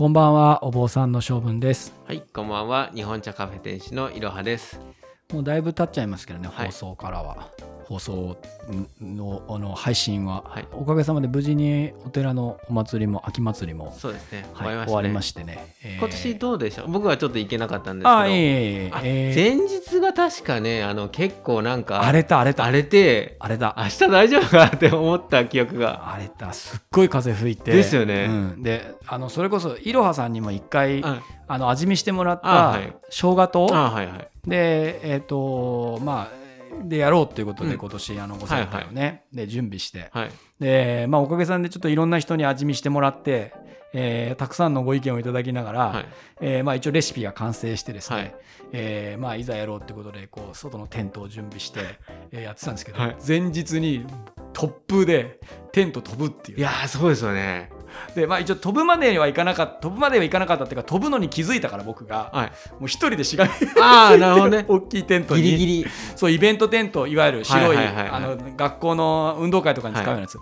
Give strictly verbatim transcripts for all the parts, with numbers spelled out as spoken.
こんばんは、お坊さんの性分です。 はい、こんばんは。日本茶カフェ店主のいろはです。 もうだいぶ経っちゃいますけどね、 はい、 放送からは。放送 の, あの配信は、 はい、 おかげさまで無事にお寺のお祭りも秋祭りもそうですね、 はい、 終わりましたね。 終わりましてね、えー、 今年どうでしょう。僕はちょっと行けなかったんですけど、 あ、いえいえ、えー、 前日が確かね、あの結構なんか荒れた荒れた荒れて、 荒れた明日大丈夫かって思った記憶が。 荒れた、すっごい風吹いてですよね、 うん、であのそれこそいろはさんにも一回、 はい、 あの味見してもらった生姜と、 あ、はいはい、 でえっ、ー、とまあでやろうということで、 うん、 今年あのご接待をね、はいはい、で準備して、 はい、 で、まあ、おかげさんでちょっといろんな人に味見してもらって、えー、たくさんのご意見をいただきながら、はい、えーまあ、一応レシピが完成してですね、はい、えーまあ、いざやろうということでこう外のテントを準備して、えー、やってたんですけど、はい、前日に突風でテント飛ぶっていう。 いやーそうですよね。 で、まあ、一応飛ぶまではいかなかった飛ぶまではいかなかったっていうか、飛ぶのに気づいたから僕が、はい、もう一人でしがみついてあなるほど、ね、 大きいテントにギリギリそうイベントテント、いわゆる白い、あの学校の運動会とかに使うようなやつ、はい、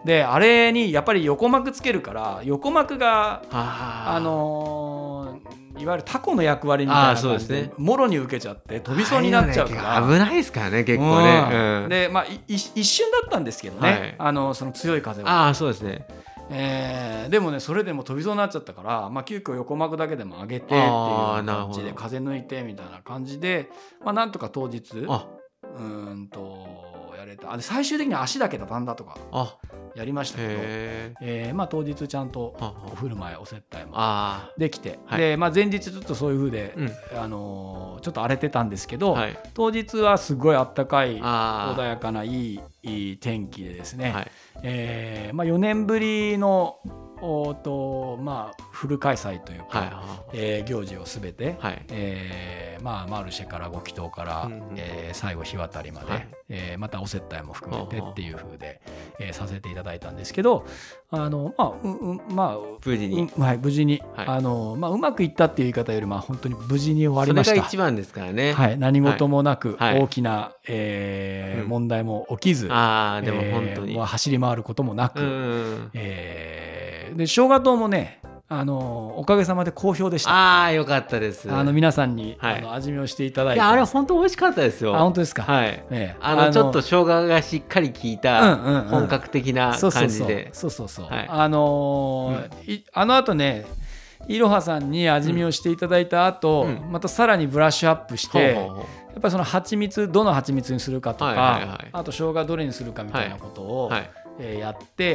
であれにやっぱり横幕つけるから横幕があのー、いわゆるタコの役割みたいな感じで、ね、もろに受けちゃって飛びそうになっちゃうから、 危ないですからね結構ね、 うんうん、でまあ一瞬だったんですけどね、はい、あのその強い風は。 あそうですね。 えー、でもねそれでも飛びそうになっちゃったから、まあ、急遽横幕だけでも上げてっていう感じで風抜いてみたいな感じで、まあ、なんとか当日うんとやれた。あで最終的に足だけ畳んだとかやりましたけど、えーまあ、当日ちゃんとお振る舞いお接待もできて、で、まあ、前日ちょっとそういう風で、うん、あのー、ちょっと荒れてたんですけど、はい、当日はすごいあったかい穏やかないい、いい天気でですね、はい、えーまあ、よねんぶりのおと、まあ、フル開催というか、はいえー、行事をすべて、はいえーまあ、マルシェからご祈祷から、うんうんえー、最後日渡りまで、はいえー、またお接待も含めてっていう風で、えー、させていただいたんですけど、あの、まあううまあ、 無事に、 うはい、無事に、はいあのまあ、うまくいったっていう言い方より、まあ、本当に無事に終わりました。 それが一番ですからね、 はい、何事もなく、はい、大きな、えーうん、問題も起きず、 あでも本当に、 えー、走り回ることもなく、うんえー、で生姜糖もねあのおかげさまで好評でした。 ああよかったです。 あの皆さんに、はい、あの味見をしていただいて、いやあれ本当美味しかったですよ。 あ本当ですか。 はい、ね、あのちょっと生姜がしっかり効いた本格的な感じで、 そうそうそう、はい、あのーうん、あの後ねいろはさんに味見をしていただいた後、うん、またさらにブラッシュアップして、うん、やっぱりその蜂蜜どの蜂蜜にするかとか、はいはいはい、あと生姜どれにするかみたいなことを、はいはいえー、やって、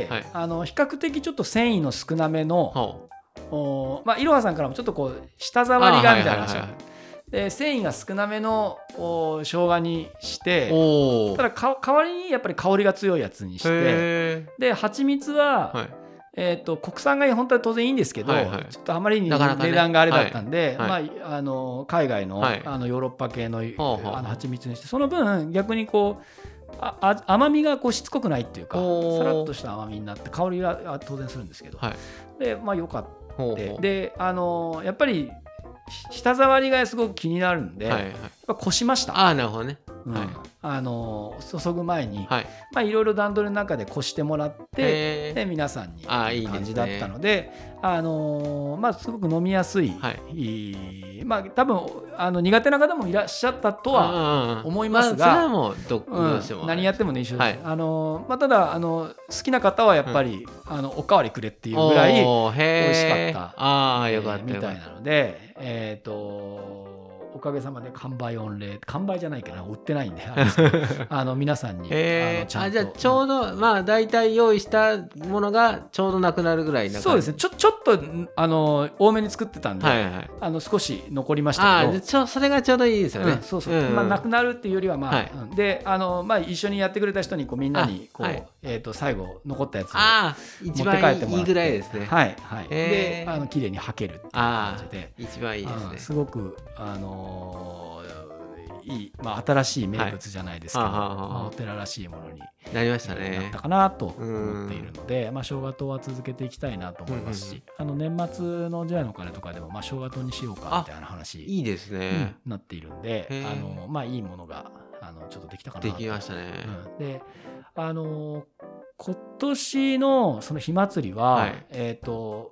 はい、あの比較的ちょっと繊維の少なめのおまあ、いろはさんからもちょっとこう舌触りがみたいな話が、はいはいはい、で繊維が少なめのお生姜にしてただか代わりにやっぱり香りが強いやつにしてで蜂蜜は、はいえー、と国産が本当は当然いいんですけど、はいはい、ちょっとあまりに値段があれだったんで、はいはいまあ、あの海外 の,、はい、あのヨーロッパ系 の,、はい、あの蜂蜜にしてその分逆にこうあ甘みがこうしつこくないっていうかさらっとした甘みになって香りが当然するんですけど、はい、でまあ良かった。で, であのー、やっぱり舌触りがすごく気になるんで、はいはい、やっぱこしました。 ああなるほどね、 うんはいあのー、注ぐ前に、はいまあ、いろいろ段取りの中でこしてもらってで皆さんにいい感じだったので、あのーまあ、すごく飲みやすい、はい、いまあ、多分あの苦手な方もいらっしゃったとは思いますが、 まあ、それはもうどどうしても、 うん、何やってもね一緒です、はいあのーまあ、ただあの好きな方はやっぱり、うん、あのおかわりくれっていうぐらい美味しかったあよかった、 えー、みたいなのでえっ、ー、とおかげさまで完売御礼完売じゃないかな売ってないんであの皆さんにあのちゃんとあじゃあちょうどまあ大体用意したものがちょうどなくなるぐらいなそうですねちょちょっとあの多めに作ってたんで、はいはい、あの少し残りましたけどあちょそれがちょうどいいですよね、 うん、そうそう、うんまあ、なくなるっていうよりはまあ、はいうん、であの、まあ、一緒にやってくれた人にこうみんなにこう、はいえー、と最後残ったやつを持って帰ってもらっていいぐらいですねはいはい、であの綺麗に履けるっていう感じで一番いいですねすごくあのいい、まあ、新しい名物じゃないですけど、はいまあ、お寺らしいものになりましたねなったかなと思っているので、まあ、生姜糖は続けていきたいなと思いますし、うんうん、あの年末の除夜の鐘とかでも、まあ、生姜糖にしようかみたいな話いいですね、 うん、なっているんであの、まあ、いいものがあのちょっとできたかなとできましたね、 うん、であの今年のその火祭りは、はい、えっ、ー、と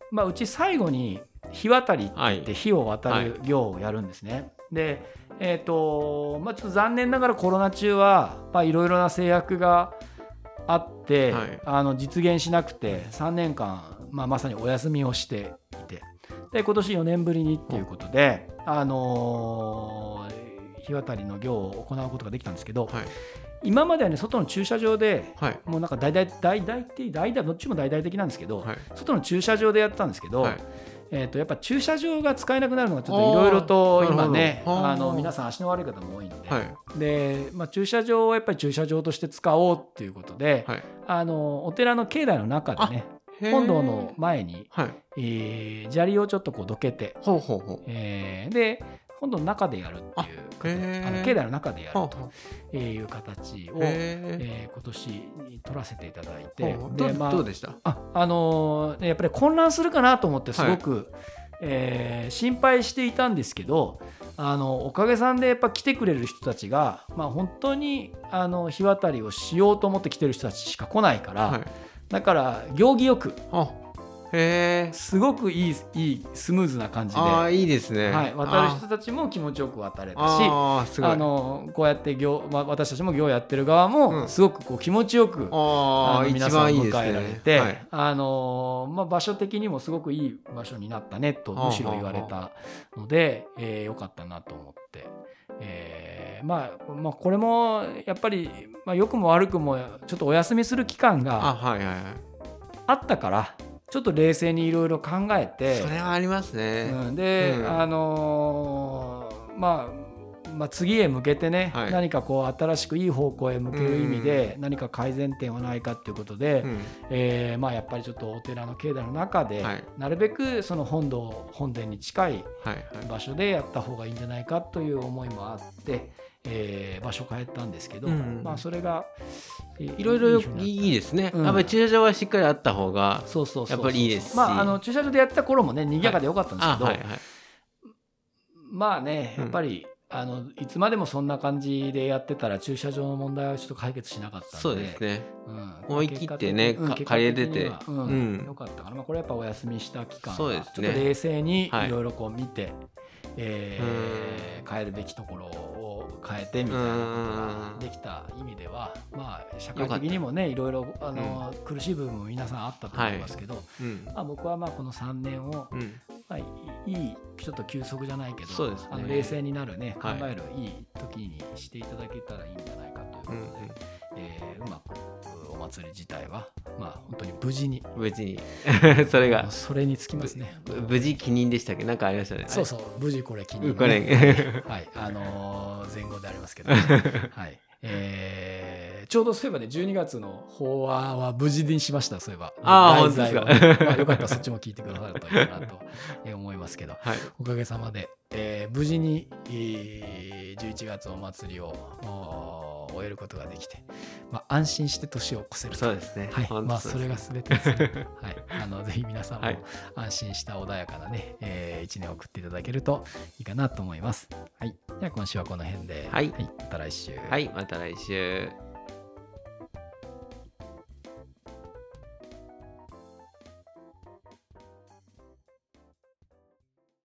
まあ、うち最後に日渡りって言って日を渡る行をやるんですね。はいはい、で、えーとまあ、ちょっと残念ながらコロナ中はいろいろな制約があって、はい、あの実現しなくてさんねんかん、まあ、まさにお休みをしていて、で今年よねんぶりにっていうことで、あのー、日渡りの行を行うことができたんですけど、はい、今まではね外の駐車場で、はい、もうなんか大々大々って大々どっちも大々的なんですけど、はい、外の駐車場でやってたんですけど、はい、えーとやっぱ駐車場が使えなくなるのがちょっといろいろと今ね、あの皆さん足の悪い方も多いんで、はい、で、まあ、駐車場をやっぱり駐車場として使おうっていうことで、はい、あのお寺の境内の中でね本堂の前に、はいえー、砂利をちょっとこうどけて、ほうほうほう、えー、で本堂の中でやるっていうあの境内の中でやるという形を、えー、今年取らせていただいて、 で、まあ、どうでした？ あ、あのー、やっぱり混乱するかなと思ってすごく、はいえー、心配していたんですけど、あのおかげさんでやっぱ来てくれる人たちが、まあ、本当にあの日渡りをしようと思って来てる人たちしか来ないから、はい、だから行儀よくへすごくいい、いいスムーズな感じで、 あいいですね、 はい、渡る人たちも気持ちよく渡れたし、あすごいあのこうやって行、まあ、私たちも行やってる側もすごくこう気持ちよく、うん、ああ皆さんを迎えられて、はい、あのまあ、場所的にもすごくいい場所になったねとむしろ言われたので、えー、よかったなと思って、えーまあまあ、これもやっぱり、まあ、良くも悪くもちょっとお休みする期間があったから、ちょっと冷静にいろいろ考えて、 それはありますね、 うん、で、うん、あのーまあ、まあ次へ向けてね、はい、何かこう新しくいい方向へ向ける意味で何か改善点はないかっていうことで、うんえーまあ、やっぱりちょっとお寺の境内の中で、はい、なるべくその本堂本殿に近い場所でやった方がいいんじゃないかという思いもあって、えー、場所変えたんですけど、うんまあ、それがいろいろいいですね、うん、やっぱり駐車場はしっかりあった方がやっぱりいいですし、 まあ、あの駐車場でやってた頃もね賑やかでよかったんですけど、はいはいはい、まあねやっぱり、うん、あのいつまでもそんな感じでやってたら駐車場の問題はちょっと解決しなかったんで、 そうですね、うん、思い切ってね、うん、借り出て、 うんうん、よかったかな、まあ、これやっぱお休みした期間はちょっと冷静にいろいろこう見て、はいえー、変えるべきところを変えてみたいなことができた意味では、まあ、社会的にもねいろいろあの、うん、苦しい部分も皆さんあったと思いますけど、はいうんまあ、僕はまあこのさんねんを、うんまあ、いいちょっと休息じゃないけど、そうですね、あの冷静になるね考えるいい時にしていただけたらいいんじゃないかということで、うんえー、うまくお祭り自体は、まあ、本当に無事に無事にそれがそれにつきますね。 無事記念でしたっけ、なんかありましたね。 そうそう無事これ記念、ねはいあのー、前後でありますけど、ねはいえー、ちょうどそういえばねじゅうにがつの法話は無事にしました。そういえばああ本当ですか、 まあ、よかったらそっちも聞いてくださるといいなと思いますけど、はい、おかげさまで、えー、無事に、えー、じゅういちがつお祭りを終えることができて、まあ、安心して年を越せると。 そうですね、 はいまあ、それが全てです、ねはい、あのぜひ皆さんも安心した穏やかなね、えー、いちねんを送っていただけるといいかなと思います。はい、じゃあ今週はこの辺で、 はいはい、また来週。 はい、また来週。